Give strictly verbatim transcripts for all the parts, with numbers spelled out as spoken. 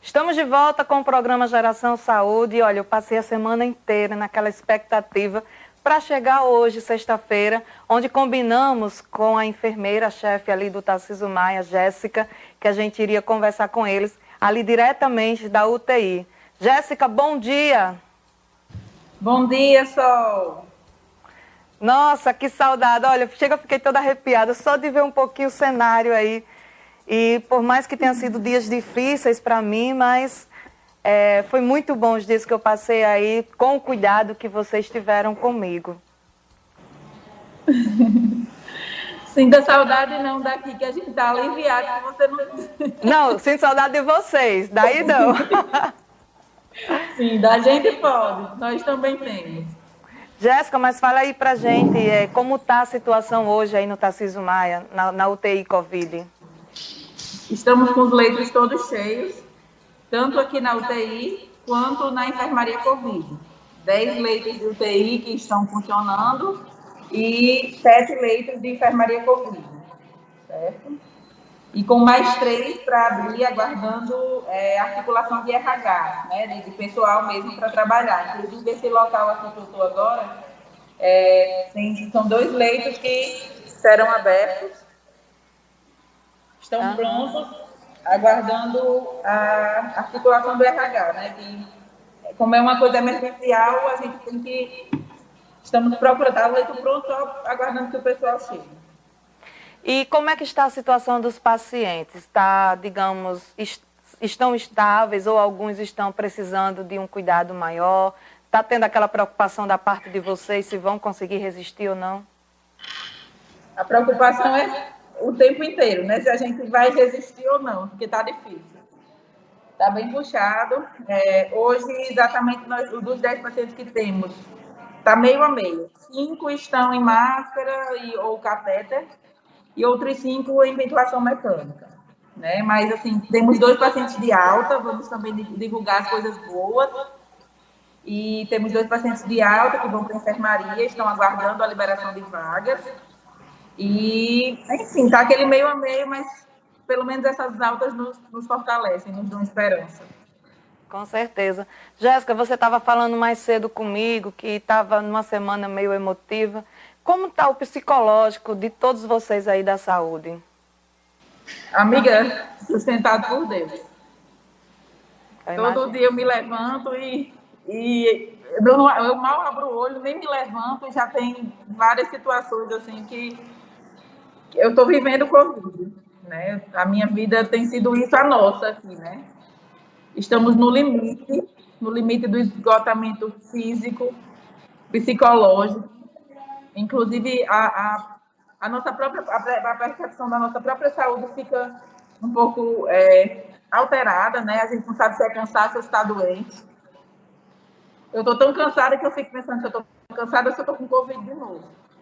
Estamos de volta com o programa Geração Saúde. E olha, eu passei a semana inteira naquela expectativa para chegar hoje, sexta-feira, onde combinamos com a enfermeira-chefe ali do Tarcísio Maia, Jéssica, que a gente iria conversar com eles ali diretamente da U T I. Jéssica, bom dia! Bom dia, Sol! Nossa, que saudade! Olha, chega, eu fiquei toda arrepiada só de ver um pouquinho o cenário aí. E por mais que tenha sido dias difíceis para mim, mas é, foi muito bom os dias que eu passei aí, com o cuidado que vocês tiveram comigo. Sinta saudade não daqui, que a gente está aliviado que você não... Não, sinto saudade de vocês, daí não. Sim, da gente pode, nós também temos. Jéssica, mas fala aí pra gente, é, como está a situação hoje aí no Tarcísio Maia, na, na U T I Covid? Estamos com os leitos todos cheios, tanto aqui na U T I quanto na enfermaria Covid. Dez leitos de U T I que estão funcionando e sete leitos de enfermaria Covid, certo? E com mais três para abrir, aguardando é, articulação de R H, né, de, de pessoal mesmo para trabalhar. Inclusive, esse local aqui que eu estou agora, é, tem, são dois leitos que serão abertos, estão uhum. prontos, aguardando a articulação do R H, né? Que, como é uma coisa emergencial, a gente tem que... Estamos procurando, o leito pronto, só aguardando que o pessoal chegue. E como é que está a situação dos pacientes? Está, digamos, est estão estáveis ou alguns estão precisando de um cuidado maior? Está tendo aquela preocupação da parte de vocês se vão conseguir resistir ou não? A preocupação é o tempo inteiro, né? Se a gente vai resistir ou não, porque está difícil. Está bem puxado. É, hoje, exatamente, nós, dos dez pacientes que temos, está meio a meio. Cinco estão em máscara e, ou catéter, e outros cinco em ventilação mecânica, né? Mas, assim, temos dois pacientes de alta, vamos também divulgar as coisas boas, e temos dois pacientes de alta que vão para a enfermaria, estão aguardando a liberação de vagas, e, enfim, está aquele meio a meio, mas pelo menos essas altas nos, nos fortalecem, nos dão esperança. Com certeza. Jéssica, você estava falando mais cedo comigo, que estava numa semana meio emotiva. Como está o psicológico de todos vocês aí da saúde? Amiga, sustentado por Deus. Todo dia eu me levanto e, e eu, não, eu mal abro o olho, nem me levanto, e já tem várias situações assim que, que eu estou vivendo Covid, né? A minha vida tem sido isso, a nossa aqui, né? Estamos no limite, no limite do esgotamento físico, psicológico. Inclusive, a, a, a nossa própria a, a percepção da nossa própria saúde fica um pouco é, alterada, né? A gente não sabe se é cansaço ou se está doente. Eu estou tão cansada que eu fico pensando se eu estou cansada ou se eu estou com Covid de novo.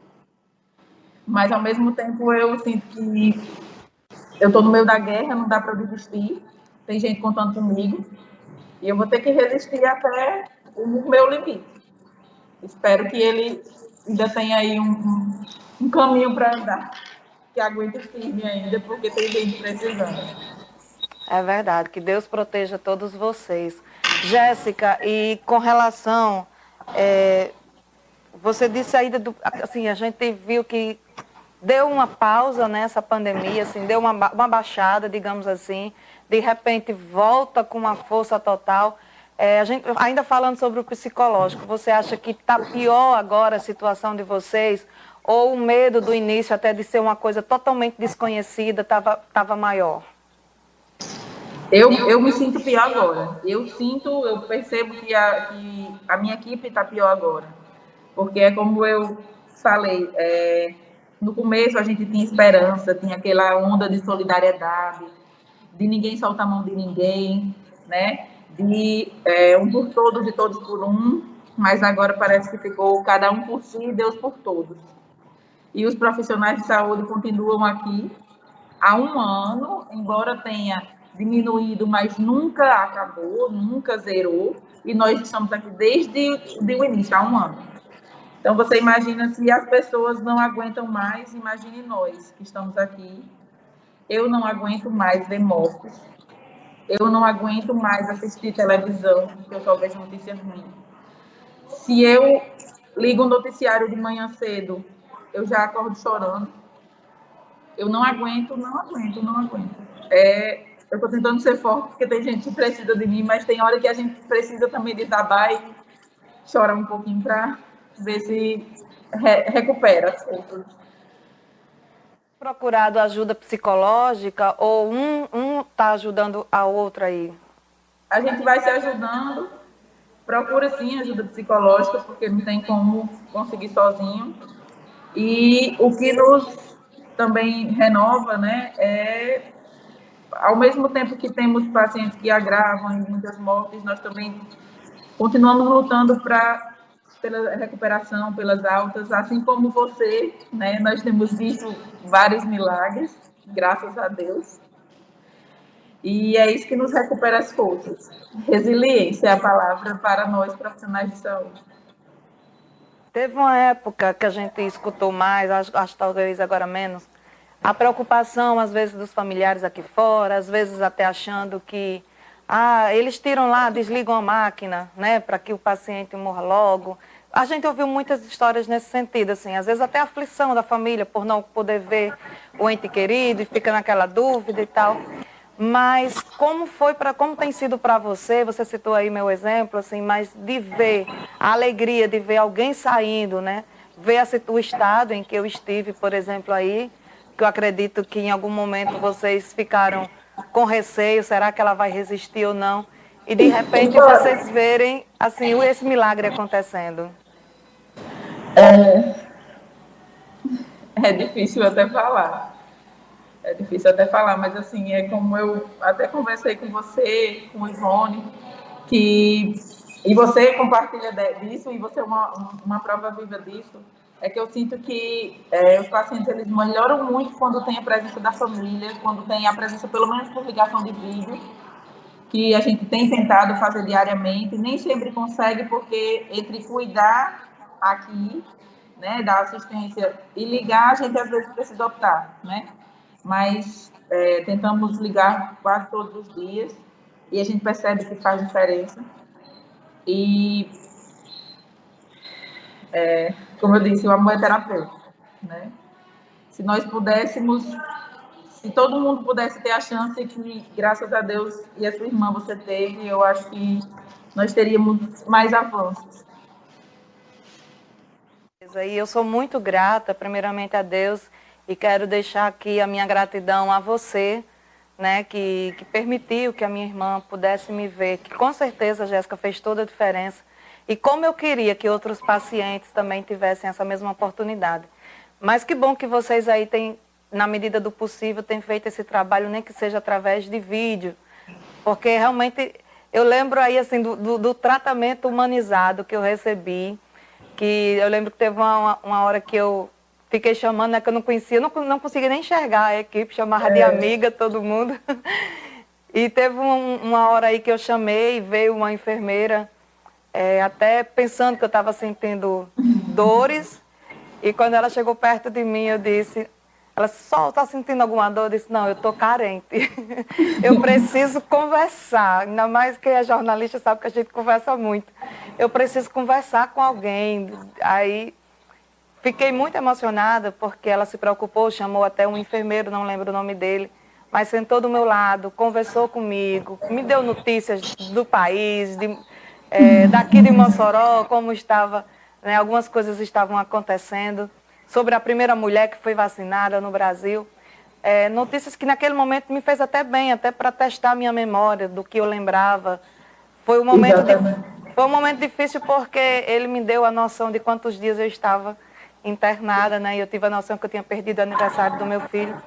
Mas, ao mesmo tempo, eu sinto que eu estou no meio da guerra, não dá para desistir. Tem gente contando comigo. E eu vou ter que resistir até o meu limite. Espero que ele ainda tem aí um, um, um caminho para andar, que aguente firme ainda, porque tem gente precisando. É verdade, que Deus proteja todos vocês. Jéssica, e com relação, é, você disse aí, do, assim, a gente viu que deu uma pausa nessa pandemia, assim, deu uma, uma baixada, digamos assim, de repente volta com uma força total. É, a gente, ainda falando sobre o psicológico, você acha que está pior agora a situação de vocês? Ou o medo do início até de ser uma coisa totalmente desconhecida estava tava maior? Eu, eu me sinto pior agora. Eu sinto, eu percebo que a, que a minha equipe está pior agora. Porque é como eu falei, é, no começo a gente tinha esperança, tinha aquela onda de solidariedade, de ninguém soltar a mão de ninguém, né? De é, um por todos e todos por um, mas agora parece que ficou cada um por si e Deus por todos. E os profissionais de saúde continuam aqui há um ano, embora tenha diminuído, mas nunca acabou, nunca zerou, e nós estamos aqui desde o início, há um ano. Então, você imagina, se as pessoas não aguentam mais, imagine nós que estamos aqui. Eu não aguento mais ver mortos. eu não aguento mais assistir televisão, porque eu só vejo notícias ruins. Se eu ligo o noticiário de manhã cedo, eu já acordo chorando. Eu não aguento, não aguento, não aguento. É, eu estou tentando ser forte, porque tem gente que precisa de mim, mas tem hora que a gente precisa também de desabar e chorar um pouquinho para ver se re recupera as forças. Procurado ajuda psicológica ou um um está ajudando a outra aí? A gente vai se ajudando, procura sim ajuda psicológica, porque não tem como conseguir sozinho. E o que nos também renova, né, é, ao mesmo tempo que temos pacientes que agravam e muitas mortes, nós também continuamos lutando pra, pela recuperação, pelas altas, assim como você, né, nós temos visto vários milagres, graças a Deus. E é isso que nos recupera as forças. Resiliência é a palavra para nós profissionais de saúde. Teve uma época que a gente escutou mais, acho, acho talvez agora menos, a preocupação, às vezes, dos familiares aqui fora, às vezes até achando que ah, eles tiram lá, desligam a máquina, né, para que o paciente morra logo. A gente ouviu muitas histórias nesse sentido, assim, às vezes até a aflição da família por não poder ver o ente querido e fica naquela dúvida e tal. Mas como foi para, como tem sido para você? Você citou aí meu exemplo, assim, mas de ver a alegria de ver alguém saindo, né? Ver assim, o estado em que eu estive, por exemplo, aí, que eu acredito que em algum momento vocês ficaram com receio, será que ela vai resistir ou não? E de repente vocês verem assim esse milagre acontecendo. É, é difícil até falar. É difícil até falar, mas assim, é como eu até conversei com você, com o Ivone, que, e você compartilha disso, e você é uma, uma prova viva disso, é que eu sinto que é, os pacientes eles melhoram muito quando tem a presença da família, quando tem a presença, pelo menos por ligação de vídeo, que a gente tem tentado fazer diariamente, nem sempre consegue, porque entre cuidar aqui, né, da assistência e ligar, a gente às vezes precisa optar, né? Mas é, tentamos ligar quase todos os dias e a gente percebe que faz diferença. E, é, como eu disse, o amor é terapêutico, né? Se nós pudéssemos, se todo mundo pudesse ter a chance que, graças a Deus e a sua irmã você teve, eu acho que nós teríamos mais avanços. E eu sou muito grata, primeiramente a Deus, e quero deixar aqui a minha gratidão a você, né, que, que permitiu que a minha irmã pudesse me ver, que com certeza, Jéssica, fez toda a diferença. E como eu queria que outros pacientes também tivessem essa mesma oportunidade. Mas que bom que vocês aí têm, na medida do possível, têm feito esse trabalho, nem que seja através de vídeo. Porque realmente, eu lembro aí assim do, do, do tratamento humanizado que eu recebi, que eu lembro que teve uma, uma hora que eu fiquei chamando, né, que eu não conhecia, eu não, não conseguia nem enxergar a equipe, chamava é. de amiga todo mundo. E teve um, uma hora aí que eu chamei, veio uma enfermeira, é, até pensando que eu estava sentindo dores, e quando ela chegou perto de mim, eu disse, ela só está sentindo alguma dor? Eu disse, não, eu estou carente, eu preciso conversar, ainda mais que a jornalista sabe que a gente conversa muito, eu preciso conversar com alguém. Aí fiquei muito emocionada porque ela se preocupou, chamou até um enfermeiro, não lembro o nome dele, mas sentou do meu lado, conversou comigo, me deu notícias do país, de, é, daqui de Mossoró, como estava, né, algumas coisas estavam acontecendo, sobre a primeira mulher que foi vacinada no Brasil. É, notícias que naquele momento me fez até bem, até para testar minha memória do que eu lembrava. Foi um momento, de, foi um momento difícil porque ele me deu a noção de quantos dias eu estava internada, né? E eu tive a noção que eu tinha perdido o aniversário do meu filho.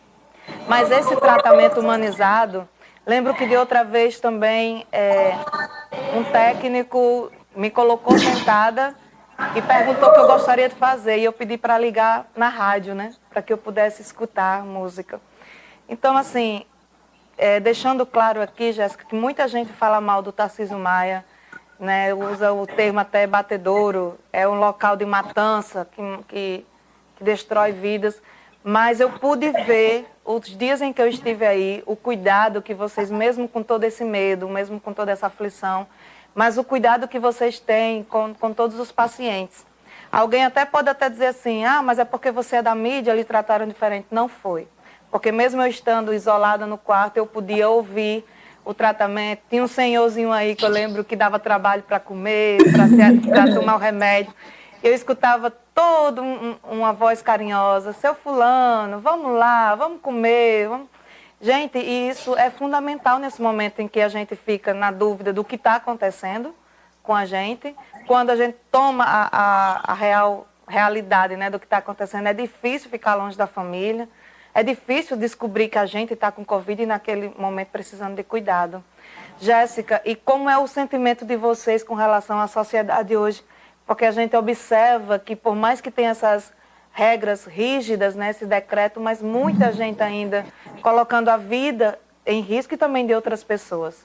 Mas esse tratamento humanizado, lembro que de outra vez também é, um técnico me colocou sentada e perguntou o que eu gostaria de fazer. E eu pedi para ligar na rádio, né? Para que eu pudesse escutar música. Então, assim, é, deixando claro aqui, Jéssica, que muita gente fala mal do Tarcísio Maia, né, usa o termo até batedouro, é um local de matança que, que, que destrói vidas. mas eu pude ver, os dias em que eu estive aí, o cuidado que vocês, mesmo com todo esse medo, mesmo com toda essa aflição, mas o cuidado que vocês têm com, com todos os pacientes. Alguém até pode até dizer assim, ah, mas é porque você é da mídia, lhe trataram diferente. Não foi. Porque mesmo eu estando isolada no quarto, eu podia ouvir o tratamento. Tinha um senhorzinho aí que eu lembro que dava trabalho para comer, para tomar o remédio. Eu escutava toda um, uma voz carinhosa, seu fulano, vamos lá, vamos comer. Vamos... Gente, e isso é fundamental nesse momento em que a gente fica na dúvida do que está acontecendo com a gente. Quando a gente toma a, a, a real, realidade, né, do que está acontecendo, é difícil ficar longe da família. É difícil descobrir que a gente está com Covid e naquele momento precisando de cuidado. Jéssica, e como é o sentimento de vocês com relação à sociedade hoje? Porque a gente observa que por mais que tenha essas regras rígidas, né, esse decreto, mas muita gente ainda colocando a vida em risco e também de outras pessoas.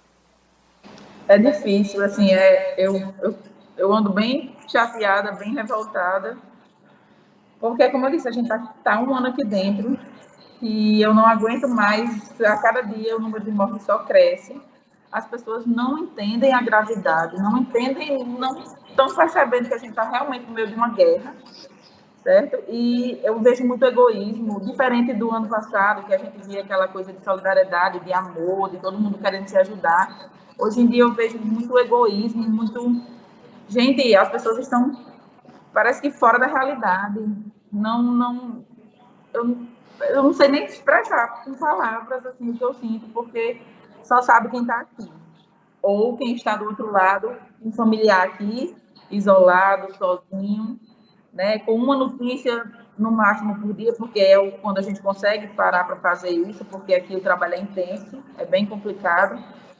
É difícil, assim, é, eu, eu, eu ando bem chateada, bem revoltada, porque, como eu disse, a gente está tá um ano aqui dentro, e eu não aguento mais, a cada dia o número de mortes só cresce. As pessoas não entendem a gravidade, não entendem, não estão percebendo que a gente está realmente no meio de uma guerra, certo? E eu vejo muito egoísmo, diferente do ano passado, que a gente via aquela coisa de solidariedade, de amor, de todo mundo querendo se ajudar. Hoje em dia eu vejo muito egoísmo, muito... Gente, as pessoas estão, parece que fora da realidade. Não, não... Eu, eu não sei nem expressar com palavras assim, o que eu sinto, porque só sabe quem está aqui. Ou quem está do outro lado, um familiar aqui, isolado, sozinho, né, com uma notícia no máximo por dia, porque é o, quando a gente consegue parar para fazer isso, porque aqui o trabalho é intenso, é bem complicado.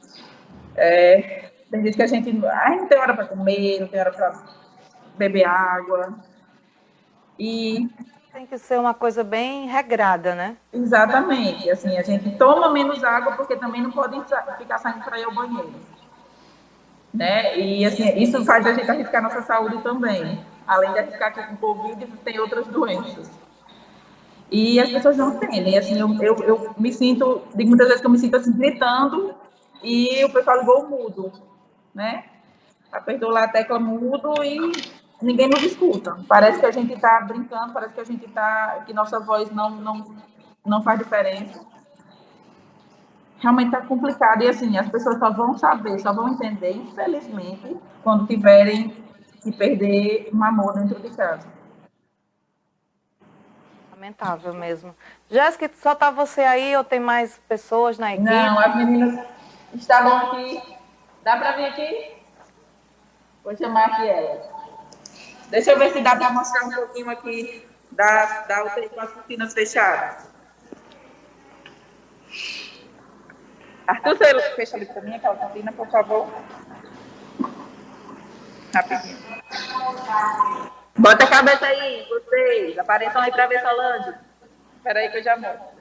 É, tem vezes que a gente ai, não tem hora para comer, não tem hora para beber água. E tem que ser uma coisa bem regrada, né? Exatamente. Assim, a gente toma menos água porque também não pode ficar saindo para ir ao banheiro. Né? E assim, isso faz a gente arriscar nossa saúde também. Além de arriscar aqui com Covid, tem outras doenças. E as pessoas não entendem. Assim, eu, eu, eu me sinto, digo muitas vezes que eu me sinto assim, gritando e o pessoal ligou o mudo. Né? Apertou lá a tecla mudo e ninguém nos escuta. Parece que a gente está brincando, parece que a gente está, que nossa voz não, não, não faz diferença. Realmente está complicado. E assim, as pessoas só vão saber, só vão entender, infelizmente, quando tiverem que perder um amor dentro de casa. Lamentável mesmo. Jéssica, só está você aí ou tem mais pessoas na equipe? Não, as meninas estavam aqui. Dá para vir aqui? Vou chamar aqui elas. Deixa eu ver se dá para mostrar um pouquinho aqui da, da U T I com as cortinas fechadas. Arthur, você fecha ali para mim aquela cortina, por favor. Rapidinho. Bota a cabeça aí, vocês. Apareçam aí para ver Solange. Espera aí que eu já mostro.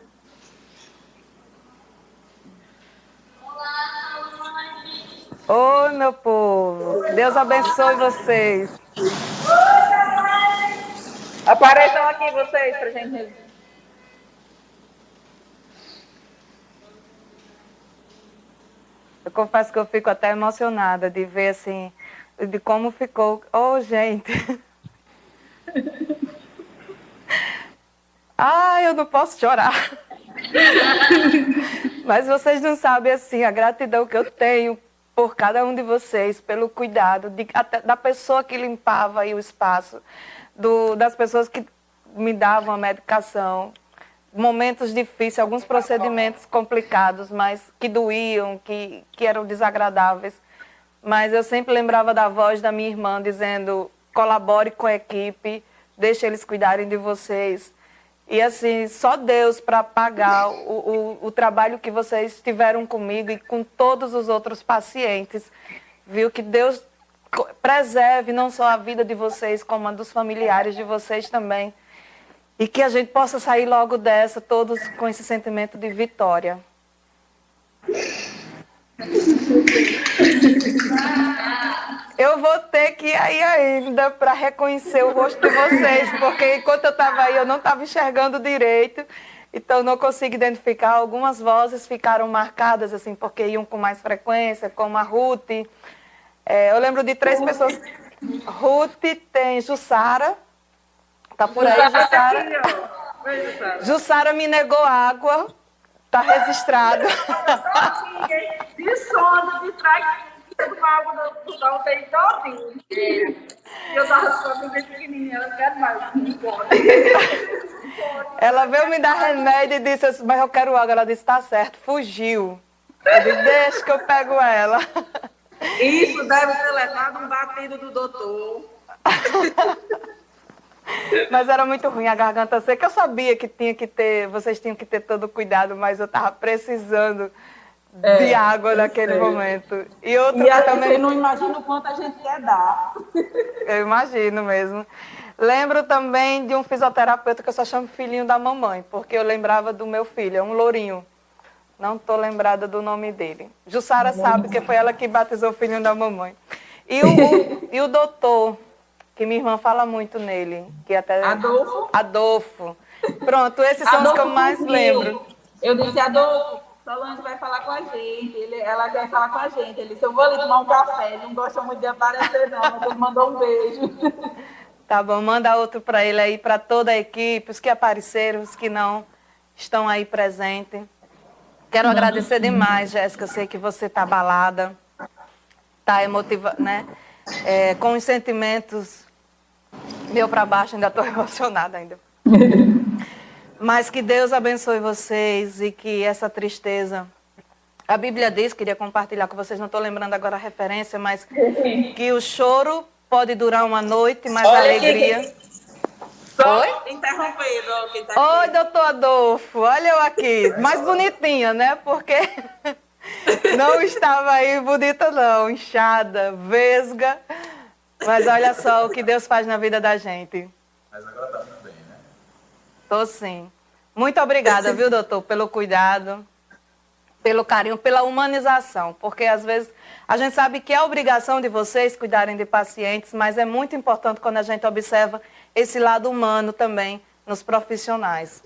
Oi, meu povo. Deus abençoe vocês. Apareçam aqui vocês pra gente. Eu confesso que eu fico até emocionada de ver assim, de como ficou. Oh, gente. Ah, eu não posso chorar. Mas vocês não sabem assim a gratidão que eu tenho por cada um de vocês, pelo cuidado de, até, da pessoa que limpava aí o espaço, do, das pessoas que me davam a medicação, momentos difíceis, alguns procedimentos complicados, mas que doíam, que, que eram desagradáveis. Mas eu sempre lembrava da voz da minha irmã dizendo, colabore com a equipe, deixe eles cuidarem de vocês. E assim, só Deus para pagar o, o, o trabalho que vocês tiveram comigo e com todos os outros pacientes. Viu? Que Deus preserve não só a vida de vocês, como a dos familiares de vocês também. E que a gente possa sair logo dessa, todos com esse sentimento de vitória. Eu vou ter que ir aí ainda para reconhecer o rosto de vocês, porque enquanto eu estava aí eu não estava enxergando direito, então não consigo identificar. Algumas vozes ficaram marcadas, assim, porque iam com mais frequência, como a Ruth. É, eu lembro de três pessoas. Ruth, tem Jussara, tá por aí, Jussara. Jussara me negou água, tá registrado. De sono, de trás. Com água do sol tem todinho. E eu tava só com bem pequenininha, ela quer mais. Não pode. Ela veio me dar remédio e disse assim, mas eu quero água. Ela disse, tá certo, fugiu. Eu disse, deixa que eu pego ela. Isso deve ter levado um batido do doutor. Mas era muito ruim a garganta seca. Eu sabia que tinha que ter, vocês tinham que ter todo o cuidado, mas eu tava precisando É, de água naquele sei. momento. E outra e também. Você não imagina o quanto a gente quer dar. Eu imagino mesmo. Lembro também de um fisioterapeuta que eu só chamo filhinho da mamãe, porque eu lembrava do meu filho, é um lourinho. Não estou lembrada do nome dele. Jussara sabe que foi ela que batizou o filhinho da mamãe. E o, e o doutor, que minha irmã fala muito nele. Que até... Adolfo? Adolfo. Pronto, esses são Adolfo os que eu mais lembro. Eu disse, Adolfo, Solange vai falar com a gente, ele, ela vai falar com a gente. Ele disse, eu vou ali tomar um café, ele não gosta muito de aparecer não, mas ele mandou um beijo. Tá bom, manda outro para ele aí, para toda a equipe, os que apareceram, os que não estão aí presentes. Quero não, agradecer não. demais, Jéssica, eu sei que você está abalada, está emotiva, né? É, com os sentimentos meu para baixo, ainda estou emocionada ainda. Mas que Deus abençoe vocês e que essa tristeza... A Bíblia diz, queria compartilhar com vocês, não estou lembrando agora a referência, mas que o choro pode durar uma noite, mas Olha a alegria... Que... Só Oi? Interrompendo. Quem tá Oi, doutor Adolfo, olha eu aqui, mais bonitinha, né? Porque não estava aí bonita não, inchada, vesga, mas olha só o que Deus faz na vida da gente. Mas agora tá tudo bem, né? Tô sim. Muito obrigada, viu, doutor, pelo cuidado, pelo carinho, pela humanização, porque às vezes a gente sabe que é obrigação de vocês cuidarem de pacientes, mas é muito importante quando a gente observa esse lado humano também nos profissionais.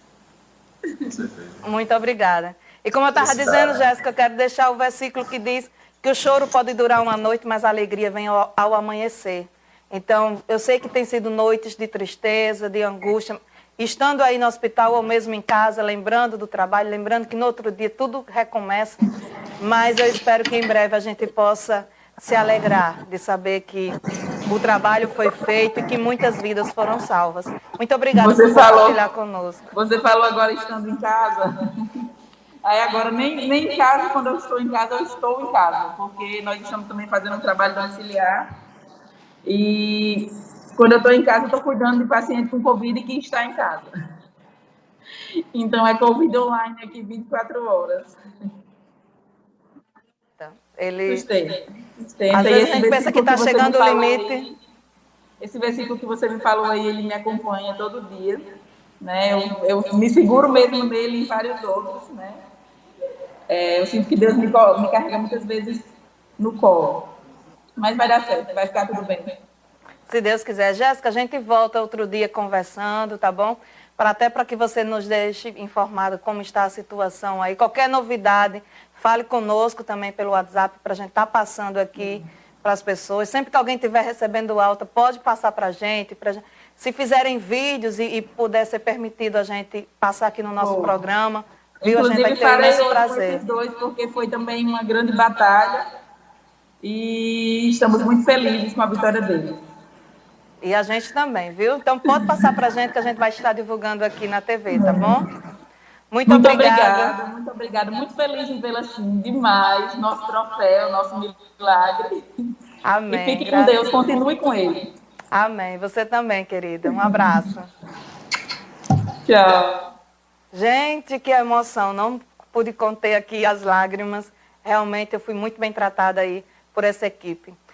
Muito obrigada. E como eu estava dizendo, Jéssica, eu quero deixar o versículo que diz que o choro pode durar uma noite, mas a alegria vem ao, ao amanhecer. Então, eu sei que tem sido noites de tristeza, de angústia, estando aí no hospital ou mesmo em casa, lembrando do trabalho, lembrando que no outro dia tudo recomeça, mas eu espero que em breve a gente possa se alegrar de saber que o trabalho foi feito e que muitas vidas foram salvas. Muito obrigada você por falou, compartilhar conosco. Você falou agora estando em casa. Aí agora, nem, nem em casa, quando eu estou em casa, eu estou em casa, porque nós estamos também fazendo um trabalho domiciliar. E quando eu estou em casa, eu estou cuidando de paciente com Covid que está em casa. Então, é Covid online aqui vinte e quatro horas. Ele... Gostei. Gostei. Às vezes a gente pensa que está chegando o limite. Aí, esse versículo que você me falou aí, ele me acompanha todo dia. Né? Eu, eu me seguro mesmo nele e em vários outros. Né? É, eu sinto que Deus me, me carrega muitas vezes no colo. Mas vai dar certo, vai ficar tudo bem. Se Deus quiser. Jéssica, a gente volta outro dia conversando, tá bom? Para até para que você nos deixe informado como está a situação aí. Qualquer novidade, fale conosco também pelo WhatsApp para a gente estar tá passando aqui para as pessoas. Sempre que alguém estiver recebendo alta, pode passar para a gente. Pra gente. Se fizerem vídeos e, e puder ser permitido a gente passar aqui no nosso oh. programa, viu? Inclusive, a gente vai ter imenso prazer. Com esses dois, porque foi também uma grande batalha e estamos muito felizes com a vitória deles. E a gente também, viu? Então pode passar para a gente que a gente vai estar divulgando aqui na T V, tá bom? Muito, muito obrigada. obrigada. Muito obrigada. Muito feliz em vê-la assim, demais. Nosso troféu, nosso milagre. Amém. E fique Graças com Deus, continue com ele. Amém. Você também, querida. Um abraço. Tchau. Gente, que emoção. Não pude conter aqui as lágrimas. Realmente eu fui muito bem tratada aí por essa equipe.